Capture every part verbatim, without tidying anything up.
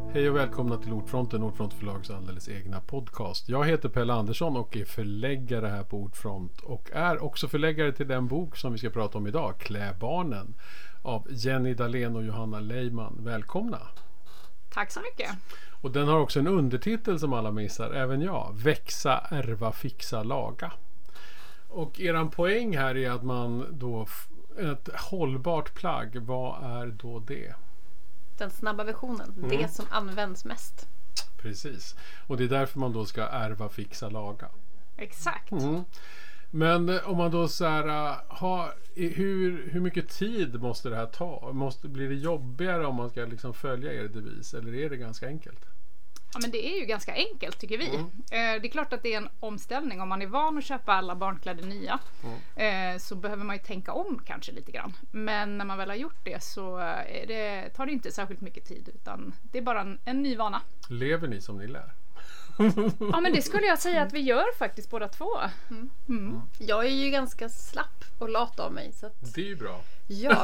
Hej och välkomna till Ordfronten, Ordfront förlags alldeles egna podcast. Jag heter Pelle Andersson och är förläggare här på Ordfront och är också förläggare till den bok som vi ska prata om idag, Klä barnen, av Jenny Dahlén och Johanna Leiman. Välkomna! Tack så mycket! Och den har också en undertitel som alla missar, även jag. Växa, ärva, fixa, laga. Och eran poäng här är att man då, ett hållbart plagg, vad är då det? Den snabba versionen, mm. det som används mest. Precis. Och det är därför man då ska ärva, fixa, laga. Exakt. Mm. Men om man då så här, ha, hur, hur mycket tid måste det här ta? Måste, blir det jobbigare om man ska liksom följa er devis? Eller är det ganska enkelt? Ja, men det är ju ganska enkelt tycker vi. Mm. Eh, det är klart att det är en omställning. Om man är van att köpa alla barnkläder nya mm. eh, så behöver man ju tänka om kanske lite grann. Men när man väl har gjort det så är det, tar det inte särskilt mycket tid, utan det är bara en, en ny vana. Lever ni som ni lär? Ja, men det skulle jag säga att vi gör faktiskt båda två. Mm. Mm. Mm. Jag är ju ganska slapp och lat av mig. Så att... Det är ju bra. Ja.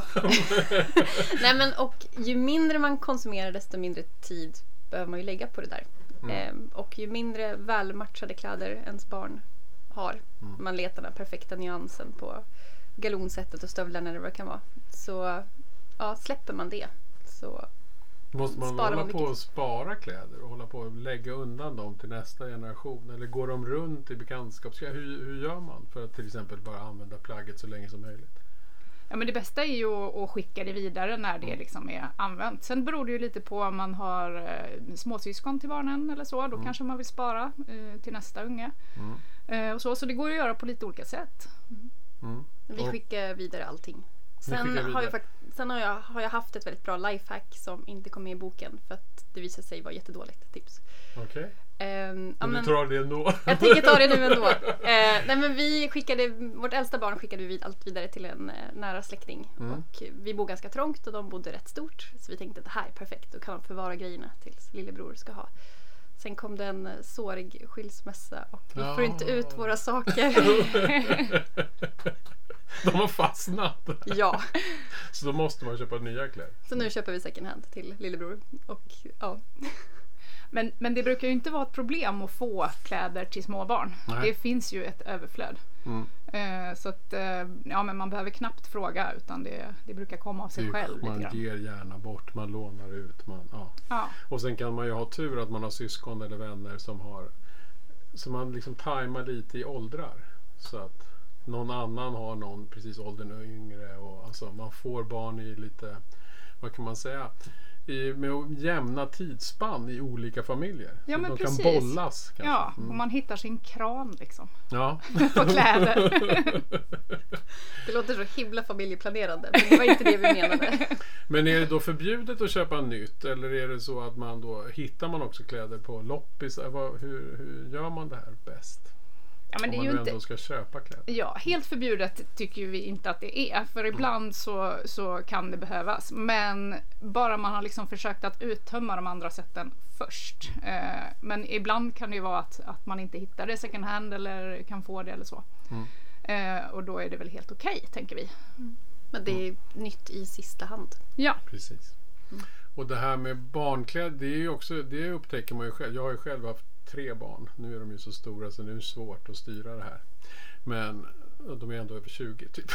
Nej, men och ju mindre man konsumerar desto mindre tid behöver man ju lägga på det där. Mm. Ehm, och ju mindre välmatchade kläder ens barn har, mm. man letar den perfekta nyansen på galonsättet och stövlarna eller vad det kan vara, så ja, släpper man det så måste man hålla man på och spara kläder och hålla på och lägga undan dem till nästa generation, eller går de runt i bekantskapskläder? Hur, hur gör man för att till exempel bara använda plagget så länge som möjligt? Ja, men det bästa är ju att skicka det vidare när det liksom är använt. Sen beror det ju lite på om man har eh, småsyskon till barnen eller så. Då mm. kanske man vill spara eh, till nästa unge. Mm. Eh, och så, så det går att göra på lite olika sätt. Mm. Mm. Vi skickar vidare allting. Sen, vidare. Har, jag fakt- sen har, jag, har jag haft ett väldigt bra lifehack som inte kom med i boken för att det visade sig vara jättedåligt tips. Okej. Okay. Um, men du tar det ändå? Jag tänker ta det nu ändå. uh, nej, men vi skickade, vårt äldsta barn skickade vi allt vidare till en uh, nära släkting. Mm. Och vi bor ganska trångt och de bodde rätt stort. Så vi tänkte att det här är perfekt. Då kan de förvara grejerna tills lillebror ska ha. Sen kom det en sårig skilsmässa och vi får oh. inte ut våra saker. De har fastnat. Ja. Så då måste man köpa nya kläder. Så nu köper vi second hand till lillebror. Och ja... Men, men det brukar ju inte vara ett problem att få kläder till småbarn. Nej. Det finns ju ett överflöd. Mm. Eh, så att eh, ja, men man behöver knappt fråga, utan det, det brukar komma av sig det, själv. Man lite ger gärna bort, man lånar ut. Man, ja. Ja. Och sen kan man ju ha tur att man har syskon eller vänner som har, så man liksom tajmar lite i åldrar. Så att någon annan har någon precis åldern och yngre. Och, alltså, man får barn i lite, vad kan man säga... I, med jämna tidsspann i olika familjer. Ja, så men de precis. kan bollas kanske. Ja, mm. och man hittar sin kran liksom. Ja. På kläder. Det låter så himla familjeplanerande, men det var inte det vi menade. Men är det då förbjudet att köpa nytt, eller är det så att man då hittar man också kläder på loppis? Hur, hur gör man det här bäst? Ja, men om det är man ju nu inte... ändå ska köpa kläder. Ja, helt förbjudet tycker vi inte att det är. För ibland så, så kan det behövas. Men bara man har liksom försökt att uttömma de andra sätten först. Eh, men ibland kan det ju vara att, att man inte hittar det second hand eller kan få det eller så. Mm. Eh, och då är det väl helt okej, okay, tänker vi. Mm. Men det är mm. nytt i sista hand. Ja. Precis. Mm. Och det här med barnkläder, det är ju också, det upptäcker man ju själv. Jag har ju själv haft tre barn. Nu är de ju så stora så nu är det svårt att styra det här. Men de är ändå över tjugo typ.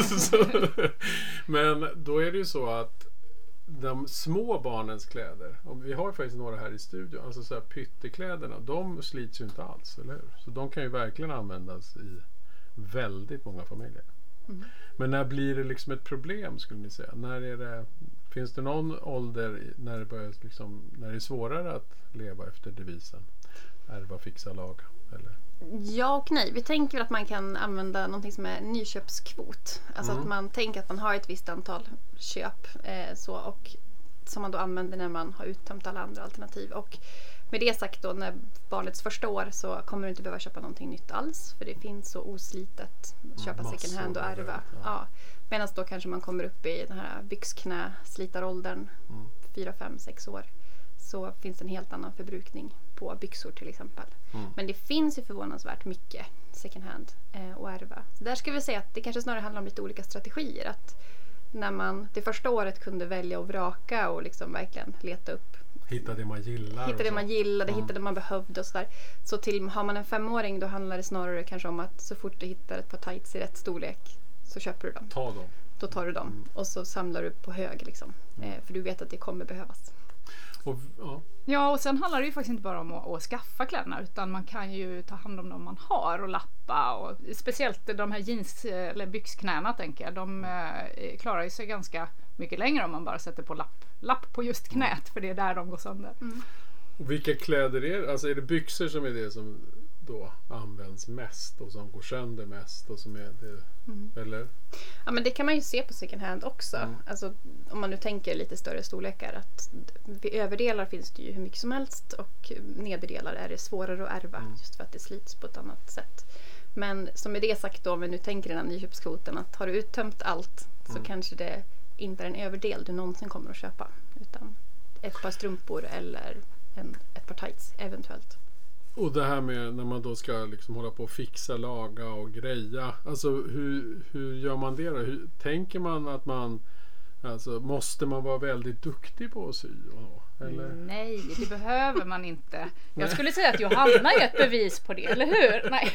Men då är det ju så att de små barnens kläder, och vi har faktiskt några här i studion, alltså så här pyttekläderna, de slits ju inte alls, eller hur? Så de kan ju verkligen användas i väldigt många familjer. Mm. Men när blir det liksom ett problem, skulle ni säga? När är det, finns det någon ålder när det börjar liksom, när det är svårare att leva efter devisen ärva, fixa, laga? Eller? Ja och nej. Vi tänker att man kan använda någonting som är nyköpskvot. Alltså mm. att man tänker att man har ett visst antal köp eh, så, och som man då använder när man har uttömt alla andra alternativ. Och med det sagt då, när barnets första år så kommer du inte behöva köpa någonting nytt alls. För det finns så oslitet att köpa mm, second hand och ärva. Ja. Ja. Medan då kanske man kommer upp i den här byxknä slitaråldern, mm. fyra, fem, sex år. Så finns det en helt annan förbrukning på byxor till exempel. Mm. Men det finns ju förvånansvärt mycket second hand eh, och ärva. Så där ska vi säga att det kanske snarare handlar om lite olika strategier. Att när man det första året kunde välja och vraka och liksom verkligen leta upp Hitta det man gillar. Hitta det så. man gillade, Mm. hitta det man behövde och sådär. Så till, har man en femåring då handlar det snarare kanske om att så fort du hittar ett par tights i rätt storlek så köper du dem. Ta dem. Då tar du dem Mm. och så samlar du på hög liksom. Mm. Eh, för du vet att det kommer behövas. Och, ja. Ja, och sen handlar det ju faktiskt inte bara om att, att skaffa kläderna utan man kan ju ta hand om dem man har och lappa och speciellt de här jeans eller byxknäna tänker jag. De eh, klarar ju sig ganska mycket längre om man bara sätter på lapp, lapp på just knät för det är där de går sönder. Mm. Och vilka kläder är det? Alltså är det byxor som är det som då används mest och som går sönder mest och som är det, Mm. eller? Ja, men det kan man ju se på second hand också. Mm. Alltså, om man nu tänker lite större storlekar. Att vid överdelar finns det ju hur mycket som helst och nederdelar är det svårare att ärva Mm. just för att det slits på ett annat sätt. Men som med det sagt då, om vi nu tänker den här nyköpskvoten, att har du uttömt allt så Mm. kanske det inte är en överdel du någonsin kommer att köpa. Utan ett par strumpor eller en, ett par tights eventuellt. Och det här med när man då ska liksom hålla på och fixa, laga och greja. Alltså hur, hur gör man det då? Hur, tänker man att man, alltså måste man vara väldigt duktig på att sy? Och, eller? Nej, det behöver man inte. Jag skulle säga att Johanna är ett bevis på det, eller hur? Nej,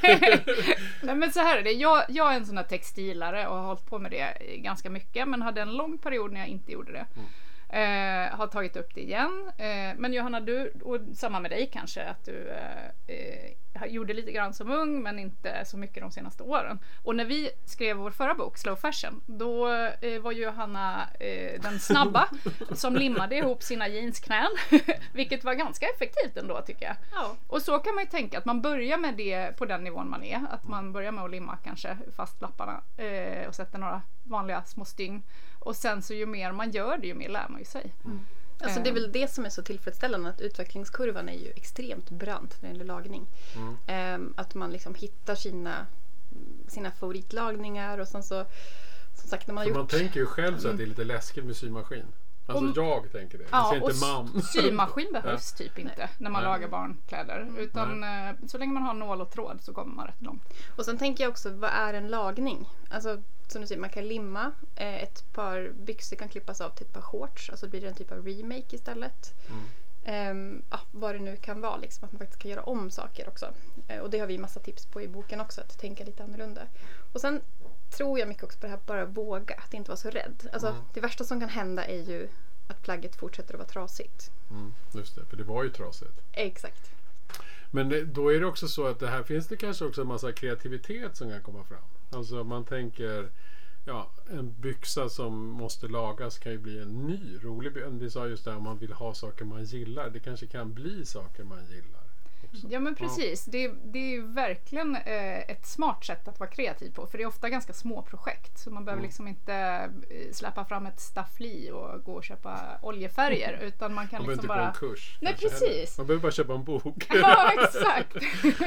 Nej men så här är det. Jag, jag är en sån här textilare och har hållit på med det ganska mycket men hade en lång period när jag inte gjorde det. Mm. Eh, har tagit upp det igen. Eh, men Johanna, du, och samma med dig kanske, att du eh, eh, gjorde lite grann som ung men inte så mycket de senaste åren. Och när vi skrev vår förra bok, Slow Fashion, då eh, var ju Johanna eh, den snabba som limmade ihop sina jeansknän. Vilket var ganska effektivt ändå tycker jag. Ja. Och så kan man ju tänka att man börjar med det på den nivån man är. Att man börjar med att limma kanske fast lapparna eh, och sätter några vanliga små stygn. Och sen så ju mer man gör det ju mer lär man ju sig. Mm. Alltså det är väl det som är så tillfredsställande att utvecklingskurvan är ju extremt brant när det gäller lagning. Mm. Ehm, att man liksom hittar sina, sina favoritlagningar och sen så som sagt när man har För gjort... man tänker ju själv så att det är lite läskigt med symaskin. Alltså Och- jag tänker det. Ja, jag och säger inte mam. symaskin behövs typ inte när man Nej. lagar barnkläder. Utan eh, så länge man har nål och tråd så kommer man rätt långt. Och sen tänker jag också, vad är en lagning? Alltså som du säger, man kan limma. Eh, ett par byxor kan klippas av till ett par shorts. Alltså blir det en typ av remake istället. Mm. Ehm, ja, vad det nu kan vara, liksom, att man faktiskt kan göra om saker också. Eh, och det har vi massa tips på i boken också, att tänka lite annorlunda. Och sen tror jag mycket också på det här, bara våga, att inte vara så rädd. Alltså, Mm. det värsta som kan hända är ju att plagget fortsätter att vara trasigt. Mm, just det, för det var ju trasigt. Exakt. Men det, då är det också så att det här finns det kanske också en massa kreativitet som kan komma fram. Alltså man tänker, ja, en byxa som måste lagas kan ju bli en ny rolig byxa. Vi sa just det här, om man vill ha saker man gillar. Det kanske kan bli saker man gillar. Också. Ja men precis, det, det är ju verkligen eh, ett smart sätt att vara kreativ på. För det är ofta ganska små projekt. Så man behöver Mm. liksom inte eh, släppa fram ett staffli och gå och köpa oljefärger. Utan man kan Man behöver liksom inte bara... gå en kurs. Nej, kanske precis. heller. Man behöver bara köpa en bok. Ja, exakt.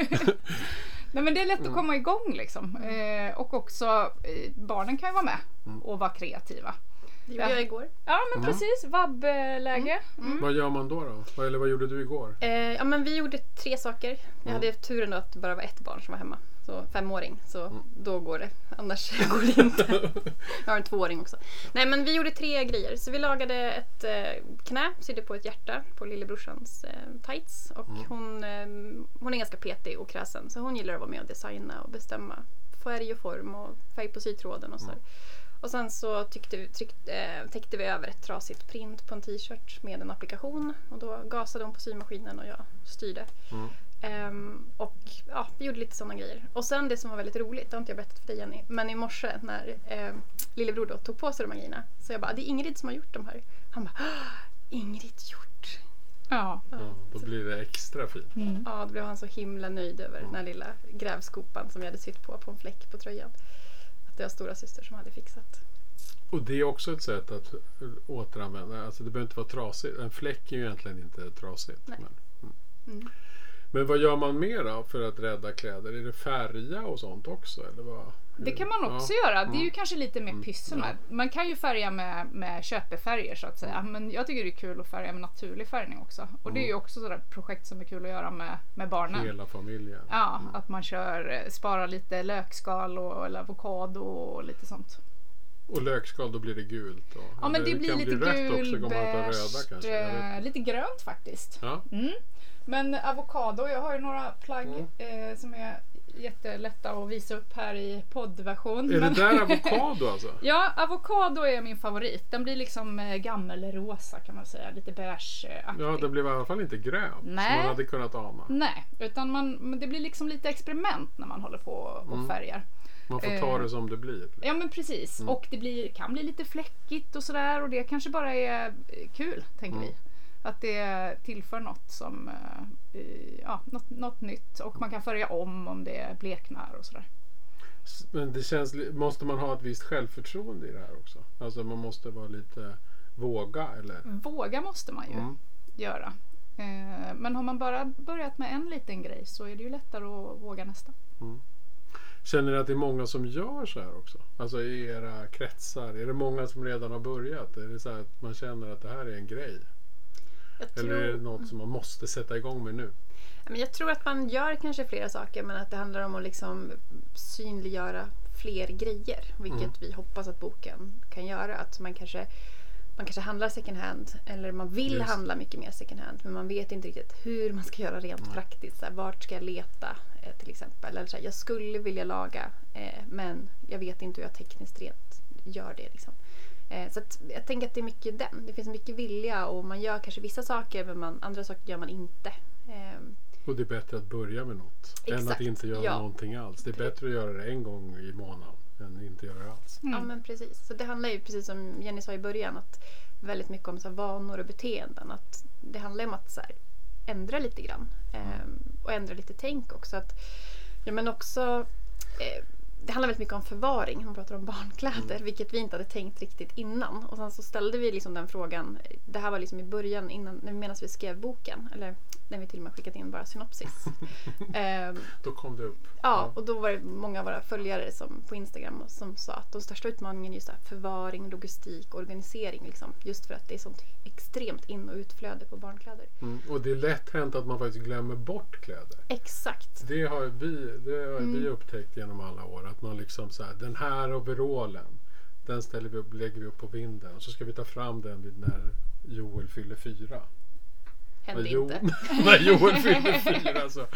Nej men det är lätt Mm. att komma igång liksom. Eh, och också eh, barnen kan ju vara med Mm. och vara kreativa. Det gjorde jag igår. Ja men Mm. precis, vabbläge. Mm. Vad gör man då då? Eller vad gjorde du igår? Eh, ja, men vi gjorde tre saker. Jag Mm. hade turen då att det bara var ett barn som var hemma. Så femåring, så Mm. då går det. Annars går det inte. Jag har en tvååring också. Nej men vi gjorde tre grejer. Så vi lagade ett eh, knä, sydde på ett hjärta på lillebrorsans eh, tights. Och Mm. hon, eh, hon är ganska petig och kräsen. Så hon gillar att vara med och designa och bestämma färg och form och färg på sytråden och så. Mm. Och sen så tyckte vi, tryckte, eh, täckte vi över ett trasigt print på en t-shirt med en applikation. Och då gasade hon på symaskinen och jag styrde. Mm. Ehm, och ja, vi gjorde lite sådana grejer. Och sen det som var väldigt roligt, det har inte jag berättat för dig Jenny, men i morse när eh, lillebror då tog på sig de här grejerna, så jag bara, det är Ingrid som har gjort de här. Han bara, Ingrid gjort. Ja. Ja, då blir det extra fint. Mm. Ja, då blev han så himla nöjd över den här lilla grävskopan som jag hade sytt på på en fläck på tröjan. Att det var stora syster som hade fixat. Och det är också ett sätt att återanvända. Alltså det behöver inte vara trasigt. En fläck är ju egentligen inte trasigt. Nej. Men, mm. Mm. men vad gör man mer då för att rädda kläder? Är det färga och sånt också? Eller vad? Det kan man också Ja. göra. Det är ju Mm. kanske lite mer Mm. pyssel med. Man kan ju färga med, med köpefärger så att säga. Men jag tycker det är kul att färga med naturlig färgning också. Och det är ju också sådär projekt som är kul att göra med, med barnen. Hela familjen. Ja, Mm. att man kör, sparar lite lökskal och, eller avokado och lite sånt. Och lökskal, då blir det gult. Och, ja, men det blir lite bli gul, också, beige, röda, lite grönt faktiskt. Ja. Mm. Men avokado, jag har ju några plagg mm. eh, som är jättelätta att visa upp här i poddversion. Är men det där avokado alltså? Ja, avokado är min favorit. Den blir liksom eh, gammelrosa kan man säga, lite beige-aktig. Ja, det blev i alla fall inte grön. Nej. Som man hade kunnat ana. Nej, utan man, det blir liksom lite experiment när man håller på och mm. färgar. Man får ta det som det blir. Ja, men precis. Mm. Och det blir, kan bli lite fläckigt och sådär. Och det kanske bara är kul, tänker mm. vi. Att det tillför något som ja, något, något nytt. Och man kan färga om om det bleknar och sådär. Men det känns, måste man ha ett visst självförtroende i det här också? Alltså man måste vara lite våga, eller? Våga måste man ju mm. göra. Men har man bara börjat med en liten grej så är det ju lättare att våga nästa. Mm. Känner ni att det är många som gör så här också? Alltså i era kretsar. Är det många som redan har börjat? Är det så här att man känner att det här är en grej? Jag tror... Eller är det något som man måste sätta igång med nu? Jag tror att man gör kanske flera saker, men att det handlar om att liksom synliggöra fler grejer. Vilket mm. vi hoppas att boken kan göra. Att man kanske, man kanske handlar second hand, eller man vill Just. handla mycket mer second hand, men man vet inte riktigt hur man ska göra rent mm. praktiskt. Så här, vart ska jag leta eh, till exempel? Eller så här, jag skulle vilja laga, eh, men jag vet inte hur jag tekniskt rent gör det. Liksom. Eh, så att jag tänker att det är mycket den. Det finns mycket vilja och man gör kanske vissa saker, men man, andra saker gör man inte. Eh, och det är bättre att börja med något Exakt. än att inte göra ja. någonting alls. Det är bättre att göra det en gång i månaden än inte göra det alls. Mm. Ja, men precis. Så det handlar ju, precis som Jenny sa i början, att väldigt mycket om så här vanor och beteenden. Att det handlar om att så här, ändra lite grann. Eh, mm. Och ändra lite tänk också. Att, ja, men också... Eh, det handlar väldigt mycket om förvaring. Man pratar om barnkläder, mm. vilket vi inte hade tänkt riktigt innan. Och sen så ställde vi liksom den frågan. Det här var liksom i början, innan, medan vi skrev boken. Eller när vi till och med skickat in bara synopsis. um, då kom det upp. Ja, och då var det många av våra följare som, på Instagram som sa att de största utmaningen är just här, förvaring, logistik, organisering. Liksom, just för att det är sånt extremt in- och utflöde på barnkläder. Mm, och det är lätt hänt att man faktiskt glömmer bort kläder. Exakt. Det har vi, det har mm. vi upptäckt genom alla år. Att man liksom så här, den här overallen, den ställer vi upp, lägger vi upp på vinden. Och så ska vi ta fram den vid när Joel fyller fyra. Hände jo, inte. när Joel fyller fyra så.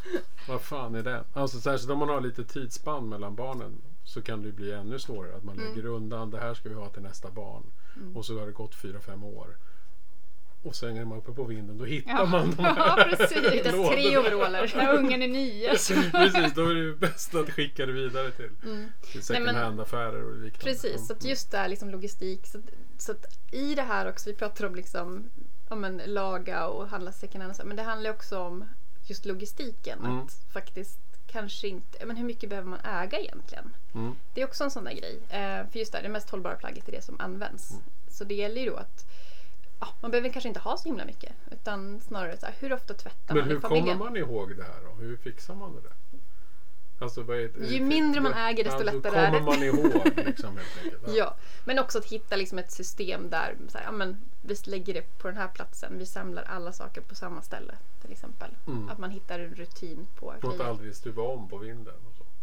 Vad fan är det? Alltså särskilt om man har lite tidsspann mellan barnen så kan det bli ännu svårare. Att man mm. lägger undan, det här ska vi ha till nästa barn. Mm. Och så har det gått fyra, fem år. Och sen är man uppe på vinden, då hittar ja. man de här. Ja, precis. Det är tre overaller. När ungen är nio. Precis, då är det bäst att skicka det vidare till, mm. till second hand-affärer och liknande. Precis, så att just det här liksom logistik. Så att, så att i det här också, vi pratar om liksom, om en laga och handla second hand. Men det handlar också om just logistiken. Mm. Att faktiskt kanske inte, men hur mycket behöver man äga egentligen? Mm. Det är också en sån där grej. Eh, för just det, det mest hållbara plagget är det som används. Mm. Så det gäller ju då att ja, man behöver kanske inte ha så himla mycket, utan snarare så här, hur ofta tvättar men man hur i familjen? Kommer man ihåg det här då? Hur fixar man det där? Alltså, vad är det? Ju mindre man äger, desto alltså, lättare är det. kommer man ihåg liksom, helt enkelt. Ja. Ja, men också att hitta liksom ett system där så här, ja, men vi lägger det på den här platsen, vi samlar alla saker på samma ställe till exempel. Mm. Att man hittar en rutin på grejer. Låt aldrig stuva om på vinden och så.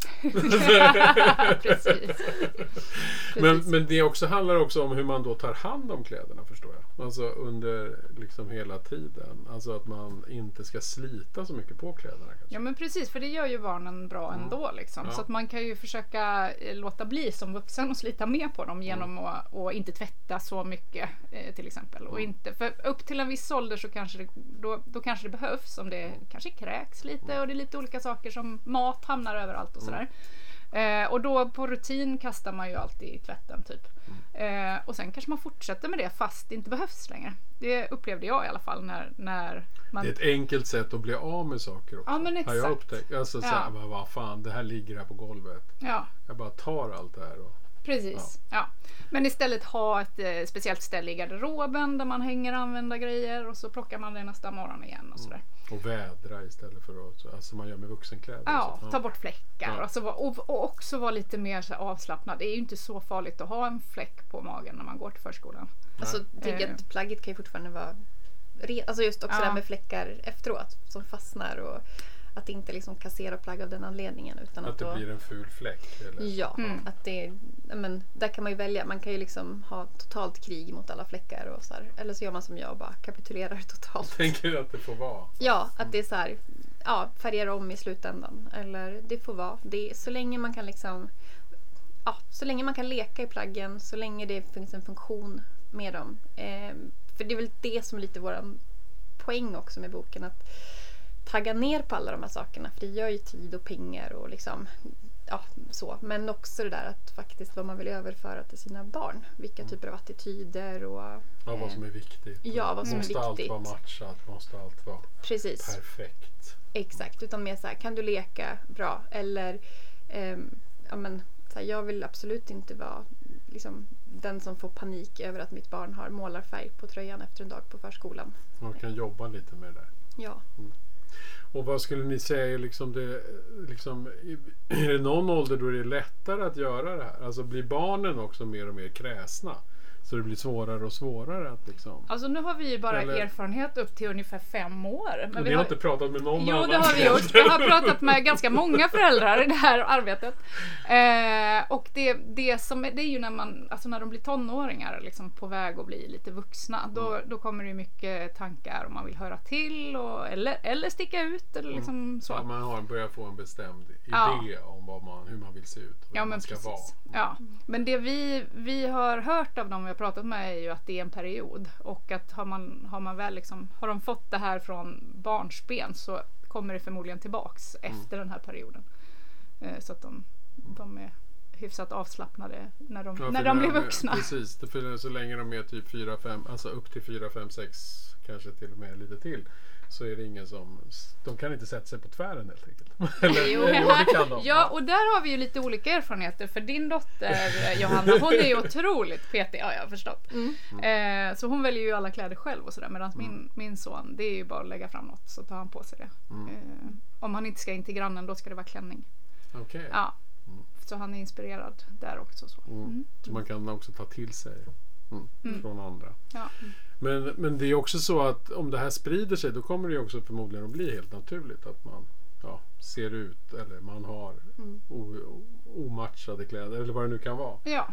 Precis. Men, men det också handlar också om hur man då tar hand om kläderna, förstår jag. Alltså under liksom hela tiden. Alltså att man inte ska slita så mycket på kläderna. Kanske. Ja, men precis, för det gör ju barnen bra mm. ändå liksom. Ja. Så att man kan ju försöka låta bli som vuxen och slita med på dem genom mm. att och inte tvätta så mycket eh, till exempel. Mm. Och inte, för upp till en viss ålder så kanske det, då, då kanske det behövs om det mm. kanske kräks lite mm. och det är lite olika saker som mat hamnar överallt och sådär. Eh, och då på rutin kastar man ju alltid i tvätten typ. Mm. Eh, och sen kanske man fortsätter med det fast det inte behövs längre. Det upplevde jag i alla fall när, när man... Det är ett enkelt sätt att bli av med saker också. Ja, men exakt. Har jag upptäckt. Alltså ja. såhär, vad, vad fan, det här ligger här på golvet. Ja. Jag bara tar allt det här och... Precis, ja. ja. Men istället ha ett eh, speciellt ställe i garderoben där man hänger använda grejer och så plockar man det nästa morgon igen och sådär. Mm. Och vädra istället för att, alltså man gör med vuxenkläder. Ja, så. ta bort fläckar ja. och, så, och, och också vara lite mer så avslappnad. Det är ju inte så farligt att ha en fläck på magen när man går till förskolan. Alltså, tänk eh. att plagget kan ju fortfarande vara re- alltså just också ja. det här med fläckar efteråt som fastnar och att det inte liksom kassera plagg av den anledningen. Utan att, att det då, blir en ful fläck? Eller? Ja, Mm. att det, men, där kan man ju välja. Man kan ju liksom ha totalt krig mot alla fläckar. Och så här. Eller så gör man som jag och bara kapitulerar totalt. Tänker att det får vara? Ja, att det är så här, ja, färgar om i slutändan. Eller det får vara. Det, så länge man kan liksom, ja, så länge man kan leka i plaggen, så länge det finns en funktion med dem. Eh, för det är väl det som är lite våran poäng också med boken, att tagga ner på alla de här sakerna, för det gör ju tid och pengar och liksom, ja, så. Men också det där att faktiskt vad man vill överföra till sina barn. Vilka Mm. typer av attityder och Ja, vad som är viktigt. Ja, vad som är måste viktigt. allt vara matchat, måste allt vara precis. perfekt. Exakt, utan mer så här, kan du leka bra? Eller ehm, ja, men, så här, jag vill absolut inte vara liksom, den som får panik över att mitt barn har målarfärg på tröjan efter en dag på förskolan. Man kan jobba lite med det där. Ja. Och vad skulle ni säga, liksom det, liksom, är det någon ålder då det är lättare att göra det här? Alltså blir barnen också mer och mer kräsna? Så det blir svårare och svårare att liksom... Alltså nu har vi ju bara Eller- erfarenhet upp till ungefär fem år. Men vi har inte pratat med någon Jo, annan. det har vi gjort. Jag har pratat med ganska många föräldrar i det här arbetet. Eh, och det, det, som är, det är ju när, man, alltså när de blir tonåringar, liksom på väg att bli lite vuxna. Då, då kommer det ju mycket tankar om man vill höra till och, eller, eller sticka ut. Eller liksom så. Ja, man har börjat få en bestämd Ja. idé om vad man, hur man vill se ut och hur Ja, man men ska precis. vara. Ja. Men det vi, vi har hört av dem vi har pratat med är ju att det är en period. Och att har man, har man väl liksom, har de fått det här från barnsben så kommer det förmodligen tillbaks efter den här perioden. Eh, så att de, de är hyfsat avslappnade när de, Ja, när för de det- blir vuxna. Precis, det för så länge de är typ fyra fem, alltså upp till fyra fem sex, kanske till och med lite till, så är det ingen som, de kan inte sätta sig på tvären helt enkelt. Eller, Jo. jo, det kan de. Ja, och där har vi ju lite olika erfarenheter. För din dotter eh, Johanna, hon är ju otroligt petig, ja jag har förstått. Mm. Eh, så hon väljer ju alla kläder själv och sådär. Medan min, min son, det är ju bara att lägga fram något så tar han på sig det. Mm. Eh, om han inte ska in till grannen, då ska det vara klänning. Okej. Ja. Mm. Så han är inspirerad där också. Så. Mm. Mm. Så man kan också ta till sig mm, Mm. från andra. Ja. Men, men det är också så att om det här sprider sig, då kommer det ju också förmodligen att bli helt naturligt att man ja, ser ut eller man har Mm. o, o, omatchade kläder eller vad det nu kan vara. Ja.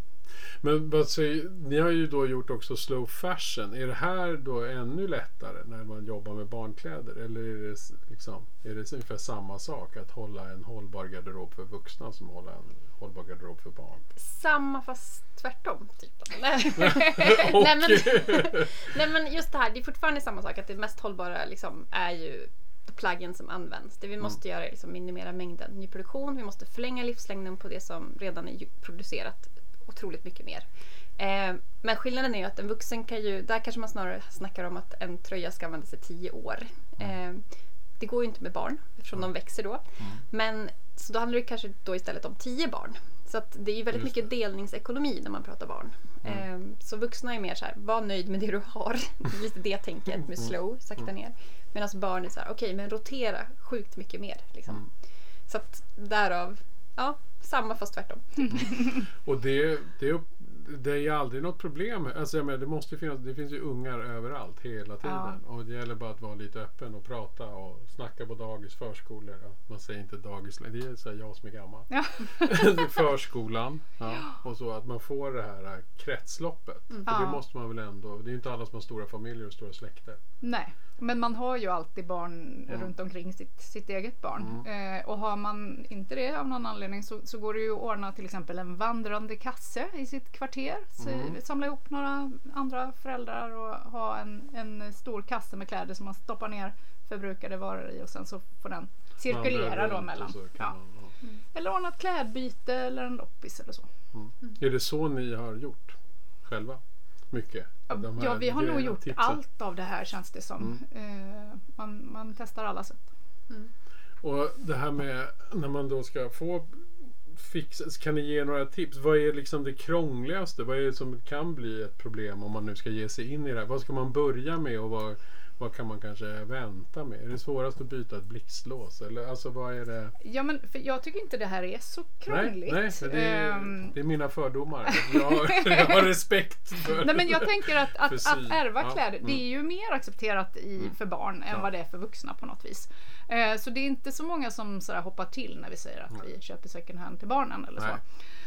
Men vad säger, ni har ju då gjort också slow fashion. Är det här då ännu lättare när man jobbar med barnkläder? Eller är det, s- liksom, är det ungefär samma sak att hålla en hållbar garderob för vuxna som hålla en hållbar garderob för barn? Samma fast tvärtom typ. Nej. nej, men, nej men just det här, det är fortfarande samma sak, att det mest hållbara liksom är ju plaggen som används. Det vi måste göra är liksom minimera mängden nyproduktion. Vi måste förlänga livslängden på det som redan är ju producerat otroligt mycket mer. Eh, men skillnaden är ju att en vuxen kan ju, där kanske man snarare snackar om att en tröja ska användas i tio år. Eh, det går ju inte med barn eftersom de växer då. Men så då handlar det kanske då istället om tio barn. Så att det är ju väldigt Just mycket delningsekonomi när man pratar barn. Mm. Eh, så vuxna är mer så här, var nöjd med det du har. Lite det tänket med slow, sakta ner. Medan barn är så här, okej, men rotera sjukt mycket mer. Liksom. Mm. Så att därav, ja, samma fast tvärtom. Och det, det, det är ju aldrig något problem. Alltså jag menar, det måste ju finnas, det finns ju ungar överallt hela tiden. Ja. Och det gäller bara att vara lite öppen och prata och snacka på dagis, förskolor. Ja, man säger inte dagis, det är så här jag som är gammal. Ja. Förskolan. Ja, och så att man får det här kretsloppet. För Ja. det måste man väl ändå, det är ju inte alla som har stora familjer och stora släkter. Nej, men man har ju alltid barn Mm. runt omkring sitt, sitt eget barn. Eh, och har man inte det av någon anledning så, så går det ju att ordna till exempel en vandrande kasse i sitt kvarter. Så, Mm. Samla ihop några andra föräldrar och ha en, en stor kasse med kläder som man stoppar ner förbrukade varor i och sen så får den cirkulera Vandrar då runt mellan. och så kan Ja. man, ja. Eller ordna ett klädbyte eller en loppis eller så. Är det så ni har gjort själva? Mycket? De här Ja, vi har nog grejerna, gjort tipsen. allt av det här känns det som. Eh, man, man testar alla sätt. Och det här med när man då ska få fixa, kan ni ge några tips? Vad är liksom det krångligaste? Vad är det som kan bli ett problem om man nu ska ge sig in i det här? Vad ska man börja med och vad, vad kan man kanske vänta med? Är det svårast att byta ett blixtlås? Eller alltså vad är det? Ja, men för jag tycker inte det här är så krångligt. Nej, nej det, är, um, det är mina fördomar. Jag, jag har respekt för Nej, men jag tänker att, att, att ärva ja, kläder, mm. det är ju mer accepterat i, Mm. för barn än Ja. vad det är för vuxna på något vis. Eh, så det är inte så många som så här hoppar till när vi säger att Nej. vi köper second hand till barnen eller så. Nej.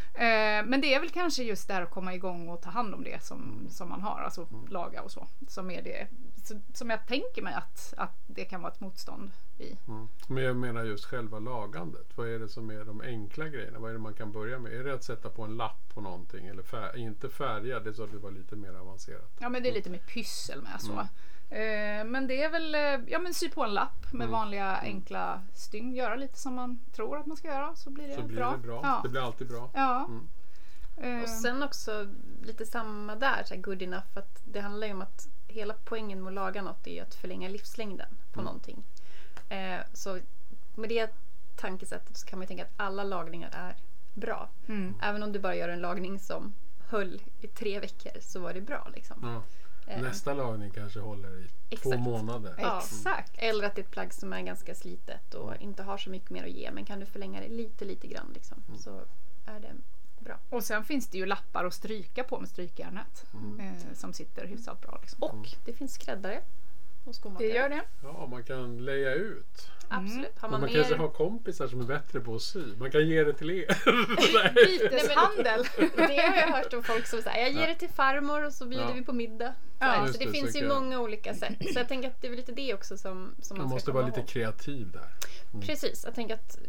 Eh, men det är väl kanske just där att komma igång och ta hand om det som, som man har, alltså laga och så. Som är det, så, som jag tänker mig att, att det kan vara ett motstånd i. Mm. Men jag menar just själva lagandet. Vad är det som är de enkla grejerna? Vad är det man kan börja med? Är det att sätta på en lapp på någonting? Eller fär- inte färga, det så att det var lite mer avancerat. Ja, men det är lite mer pyssel med så. Eh, men det är väl, eh, ja men sy på en lapp med Mm. vanliga enkla stygn. Göra lite som man tror att man ska göra, så blir det Så blir bra. det bra. Ja. Det blir alltid bra. Ja. Mm. Eh, Och sen också lite samma där, så här good enough. Att det handlar ju om att hela poängen med att laga något är ju att förlänga livslängden på Mm. någonting. Eh, så med det tankesättet så kan man ju tänka att alla lagningar är bra. mm. Även om du bara gör en lagning som höll i tre veckor så var det bra liksom. Ja. Eh, Nästa lagning kanske håller i två Exakt. månader. Ja. Exakt. Eller att det är ett plagg som är ganska slitet och inte har så mycket mer att ge. Men kan du förlänga det lite, lite grann liksom, Mm. så är det bra. Och sen finns det ju lappar att stryka på med strykjärnet. Mm. Eh, som sitter hyfsat bra. Liksom. Och det finns skräddare och skomakare. Det gör det. Ja, man kan leja ut. Absolut. Har man, Man, man mer... kanske har kompisar som är bättre på att sy. Man kan ge det till er. Nej. Byteshandel. Det har jag hört om folk som säger jag ger Ja. det till farmor och så bjuder Ja. vi på middag. Så, Ja, här, just så det, det, finns så ju kan- många olika sätt. Så jag tänker att det är väl lite det också som, som man, Man ska måste komma vara lite ihåg. kreativ där. Mm. Precis, jag tänker att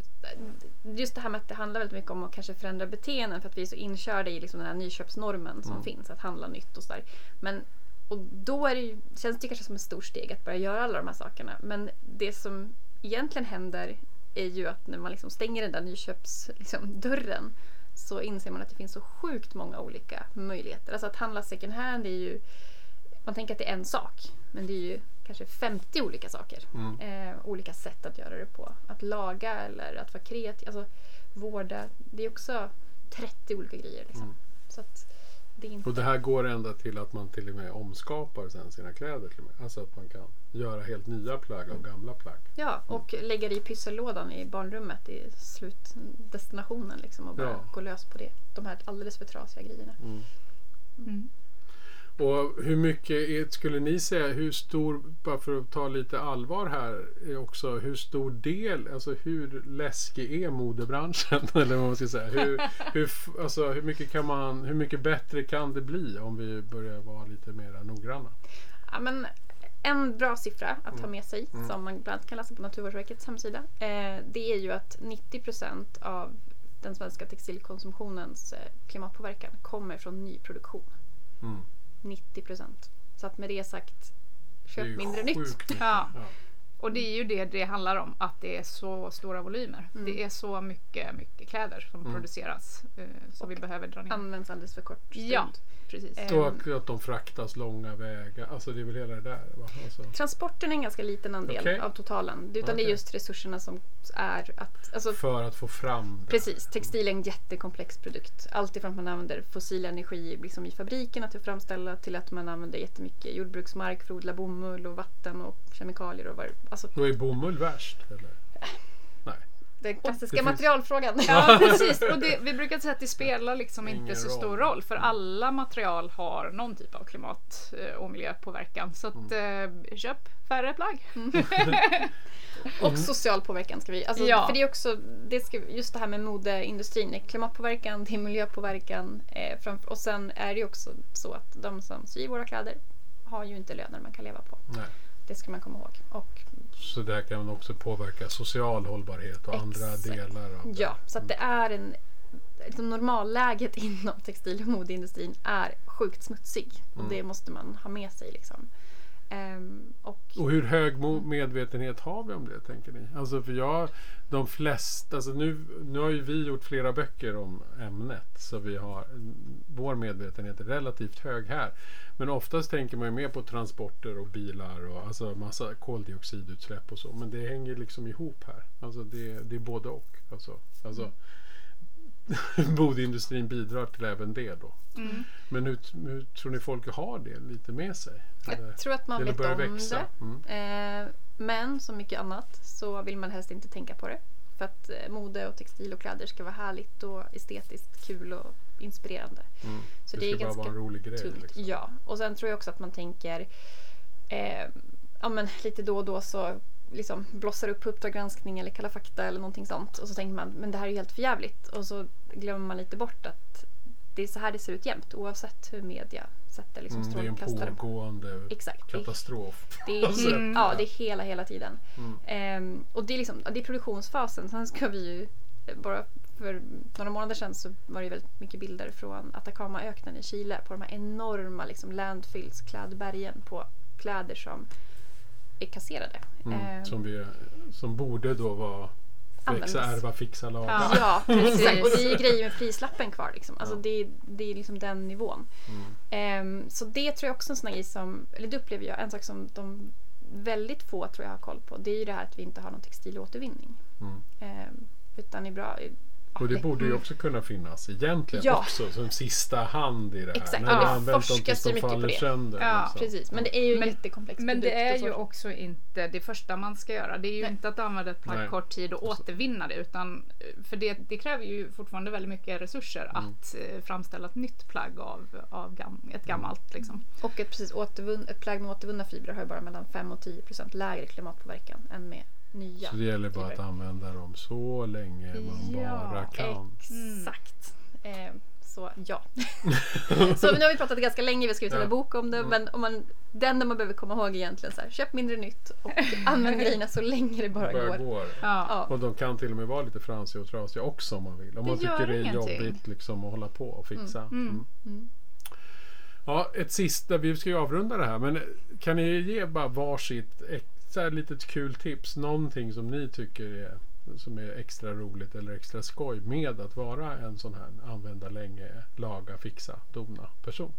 just det här med att det handlar väldigt mycket om att kanske förändra beteenden för att vi är så inkörda i liksom den här nyköpsnormen som Mm. finns, att handla nytt och sådär. Men och då är det ju, känns det kanske som ett stort steg att börja göra alla de här sakerna. Men det som egentligen händer är ju att när man liksom stänger den där nyköpsdörren liksom, dörren, så inser man att det finns så sjukt många olika möjligheter. Alltså att handla second hand är ju, man tänker att det är en sak, men det är ju kanske femtio olika saker. Mm. Eh, olika sätt att göra det på. Att laga eller att vara kreativ, alltså vårda. Det är också trettio olika grejer. Liksom. Mm. Så att det är inte... Och det här går ända till att man till och med omskapar sen sina kläder. Till och med. Alltså att man kan göra helt nya plagg av gamla plagg. Ja, och lägga det i pyssellådan i barnrummet i slutdestinationen liksom, och bara Ja. gå lös på det. De här alldeles för trasiga grejerna. Mm. Mm. Och hur mycket är, skulle ni säga, hur stor, bara för att ta lite allvar här är också, hur stor del, alltså hur läskig är modebranschen? Eller vad man ska säga. Hur, hur, f- alltså, hur mycket kan man, hur mycket bättre kan det bli om vi börjar vara lite mer noggranna? Ja, men en bra siffra att ha Mm. med sig, Mm. som man bland annat kan läsa på Naturvårdsverkets hemsida, eh, det är ju att nittio procent av den svenska textilkonsumtionens eh, klimatpåverkan kommer från nyproduktion. Mm. nittio procent. Så att med det sagt, Det är köp ju mindre nytt. sjukt mycket. Ja. Ja. Och det är ju det det handlar om, att det är så stora volymer. Mm. Det är så mycket, mycket kläder som Mm. produceras. eh, Så vi behöver dra ner. Används alldeles för kort stund. Ja, precis. Eh, Och att de fraktas långa vägar. Alltså det är väl hela det där. Va? Alltså. Transporten är en ganska liten andel Okej. av totalen. Utan det Okej. är just resurserna som är att... Alltså, För att få fram det. precis, textil är en jättekomplex produkt. Allt ifrån att man använder fossil energi liksom i fabriken att framställa till att man använder jättemycket jordbruksmark för att odla bomull och vatten och kemikalier. Och var, alltså, Då är bomull värst? Eller? Nej. den klassiska det finns- materialfrågan. Ja, precis. Och det, vi brukar säga att det spelar liksom Ingen inte så roll. stor roll. För alla material har någon typ av klimat eh, och miljöpåverkan. Så att, eh, köp färre plagg. Och social påverkan ska vi... Alltså, Ja. För det är också... Det ska, just det här med modeindustrin. Det är klimatpåverkan, det är miljöpåverkan. Eh, framför, och sen är det ju också så att de som syr våra kläder har ju inte löner man kan leva på. Nej. Det ska man komma ihåg. Och Så det här kan också påverka social hållbarhet och andra Exakt. delar av det. ja, så att det är en... Liksom normalläget inom textil- och modeindustrin är sjukt smutsig. Och Mm. det måste man ha med sig liksom. Ehm, och Och hur hög mo- medvetenhet har vi om det, tänker ni? Alltså för jag, de flesta, alltså nu, nu har ju vi gjort flera böcker om ämnet, så vi har, vår medvetenhet är relativt hög här. Men oftast tänker man ju mer på transporter och bilar och alltså massa koldioxidutsläpp och så. Men det hänger liksom ihop här. Alltså det, det är både och. Alltså, alltså, modeindustrin bidrar till även det då. Mm. Men hur, hur tror ni folk har det lite med sig? Eller, Jag tror att man eller vet börjar om växa? det. Mm. Eh, men som mycket annat så vill man helst inte tänka på det. För att eh, mode och textil och kläder ska vara härligt och estetiskt kul och inspirerande. Mm. Så det, det är ska bara ganska vara en rolig grej. tungt. Liksom. Ja, och sen tror jag också att man tänker eh, ja, men lite då och då så liksom blossar upp på Uppdrag granskning eller Kalla fakta eller någonting sånt. Och så tänker man, men det här är helt för jävligt. Och så glömmer man lite bort att det är så här det ser ut jämt oavsett hur media sätter liksom Mm, det är en strålkastare på. pågående Exakt. katastrof. Det är, Alltså, he- ja, det är hela, hela tiden. Mm. Ehm, och det är, liksom, det är produktionsfasen. Sen ska vi ju, bara för några månader sedan så var det väldigt mycket bilder från Atacamaöknen i Chile på de här enorma liksom, landfills klädbergen på kläder som är kasserade. Mm, Ehm, som, vi, som borde då vara växa, Användas. ärva, fixa, laga. Ja. Ja, precis. Och det är ju grejer med prislappen kvar. Liksom. Alltså Ja. det, det är liksom den nivån. Mm. Ehm, så det tror jag också är en sån här grej som, eller det upplever jag, en sak som de väldigt få tror jag har koll på. Det är ju det här att vi inte har någon textilåtervinning. Mm. Ehm, utan är bra. Och det borde ju också kunna finnas egentligen Ja. också som sista hand i det här. Exakt, När ja, man det har använt dem forskas tills ju de mycket på faller det. sönder. Ja, liksom. Precis, men det är ju en Men- jättekomplex Men det produkt är och så. ju också inte det första man ska göra. Det är ju Nej. inte att använda ett plagg Nej. kort tid och återvinna det. Utan, för det, det kräver ju fortfarande väldigt mycket resurser Mm. att eh, framställa ett nytt plagg av, av gam, ett gammalt. Liksom. Och ett, precis, återvunn, ett plagg med återvunna fibrer har ju bara mellan fem och tio procent lägre klimatpåverkan än med nya. Så det gäller bara att fibrer. använda dem så länge man Ja, bara kan. Exakt. Eh, så ja. Så nu har vi pratat ganska länge, vi har skrivit Ja. en bok om det. Mm. Men om man, det enda man behöver komma ihåg egentligen så här, köp mindre nytt och använd grejerna så länge det bara Bara går. går. Ja. Ja. Och de kan till och med vara lite fransiga och trasiga också om man vill. Om Det man gör tycker det är ingenting. jobbigt liksom, att hålla på och fixa. Mm. Mm. Mm. Ja, ett sista, vi ska ju avrunda det här. Men kan ni ge bara varsitt ett, så här litet kul tips? Någonting som ni tycker är, som är extra roligt eller extra skoj med att vara en sån här använda länge, laga, fixa, dona person.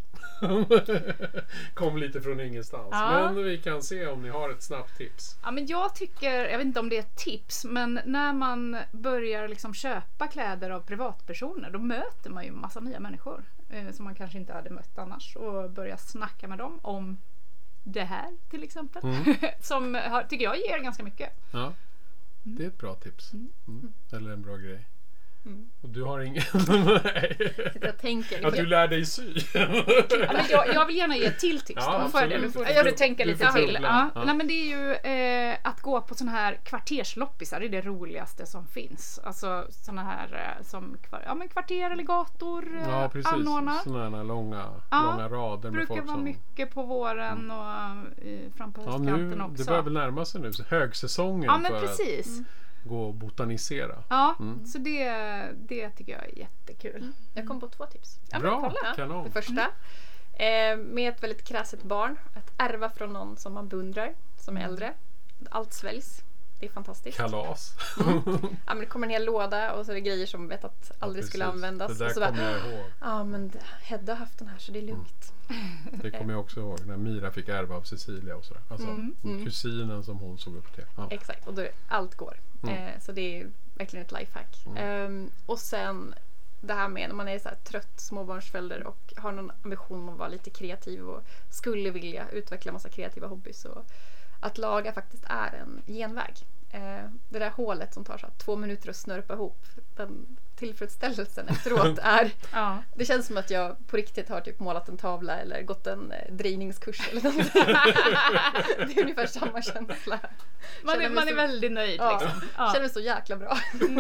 Kom lite från ingenstans. Ja. Men vi kan se om ni har ett snabbt tips. Ja, men jag tycker, jag vet inte om det är ett tips, men när man börjar liksom köpa kläder av privatpersoner, då möter man ju en massa nya människor eh, som man kanske inte hade mött annars, och börjar snacka med dem om det här till exempel. Mm. Som har, tycker jag ger ganska mycket. Ja, det är ett bra tips. Mm. Eller en bra grej. Mm. Och du har ingen... Sitter och tänker. Att du lär dig sy. Ja, men jag, jag vill gärna ge ett till tips. Ja, då. Får jag det? absolut. Du får, Du får får- du tänka du lite får till. bubbla. Ja. Ja. Nej, men det är ju eh, att gå på såna här kvartersloppisar. Det är det roligaste som finns. Alltså såna här eh, som kvar, ja, men kvarter eller gator eh, Ja, precis. anordnar. Sådana här långa, Ja, långa rader med Brukar folk vara som... mycket på våren och eh, fram på Ja, höstkanten nu, också. det börjar väl närma sig nu. Så högsäsongen Ja, men för precis. att gå och botanisera. Ja, Mm. så det, det tycker jag är jättekul. Jag kom på två tips. Ja, men Bra, kolla. kanon. Det första, eh, med ett väldigt kräset barn, att ärva från någon som man beundrar, som är äldre. Allt sväljs. Det är fantastiskt. Kalas. Ja, men det kommer en hel låda och så är det grejer som man vet att aldrig Ja, skulle precis. användas. Det och där så bara, kommer jag ihåg. ja men det- Hedda har haft den här så det är lugnt. Det kommer jag också ihåg. När Mira fick ärva av Cecilia och sådär. Alltså Mm, mm. kusinen som hon såg upp till. Ja. Exakt, och då är det, allt går. Mm. Eh, så det är verkligen ett lifehack. Mm. Ehm, och sen det här med när man är så här trött småbarnsförälder och har någon ambition om att vara lite kreativ och skulle vilja utveckla massa kreativa hobbys. Och att laga faktiskt är en genväg. Eh, det där hålet som tar så här två minuter att snörpa ihop, den tillfredsställelsen efteråt är... Ja. Det känns som att jag på riktigt har typ målat en tavla eller gått en eh, drejningskurs eller något. Det är ungefär samma känsla. Man, är, Känner mig man är så- väldigt nöjd. Ja, Liksom. Ja. känner mig så jäkla bra.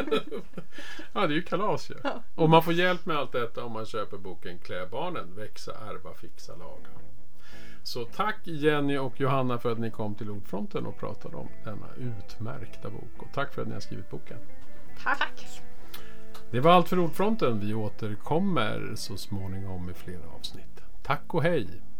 Ja, det är ju kalas ju. Ja. Och man får hjälp med allt detta om man köper boken Klä barnen, växa, ärva, fixa, laga. Så tack Jenny och Johanna för att ni kom till Ordfronten och pratade om denna utmärkta bok. Och tack för att ni har skrivit boken. Tack. Det var allt för Ordfronten. Vi återkommer så småningom med flera avsnitt. Tack och hej!